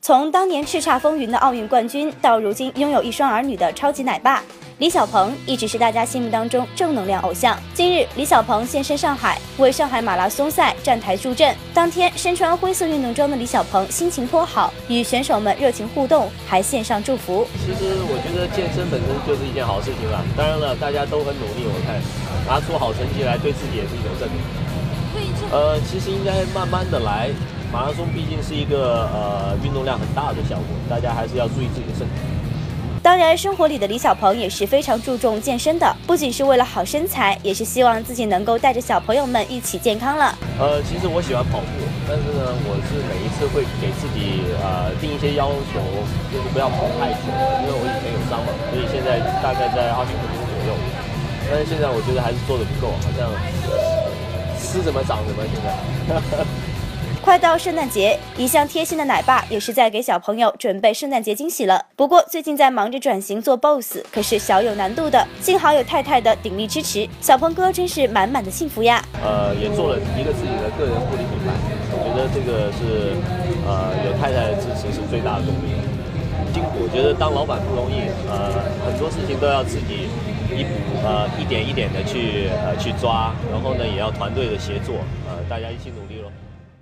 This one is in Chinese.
从当年叱咤风云的奥运冠军，到如今拥有一双儿女的超级奶爸，李小鹏一直是大家心目当中正能量偶像。近日，李小鹏现身上海，为上海马拉松赛站台助阵。当天，身穿灰色运动装的李小鹏心情颇好，与选手们热情互动，还献上祝福。 其实我觉得健身本身就是一件好事情啦。当然了，大家都很努力，我看拿出好成绩来，对自己也是一种证明。其实应该慢慢的来。马拉松毕竟是一个运动量很大的项目，大家还是要注意自己的身体。 当然，生活里的李小鹏也是非常注重健身的，不仅是为了好身材，也是希望自己能够带着小朋友们一起健康了。 其实我喜欢跑步，但是呢，我是每一次会给自己定一些要求，就是不要跑太久，因为我以前有伤嘛，所以现在大概在20分钟左右。但是现在我觉得还是做的不够，好像吃怎么长怎么现在。 快到圣诞节，一向贴心的奶爸也是在给小朋友准备圣诞节惊喜了。不过最近在忙着转型做 boss， 可是小有难度的。幸好有太太的鼎力支持，小鹏哥真是满满的幸福呀。 也做了一个自己的个人护理品牌，我觉得这个是有太太的支持是最大的动力。辛苦，我觉得当老板不容易，很多事情都要自己一点一点的去抓，然后呢也要团队的协作，大家一起努力。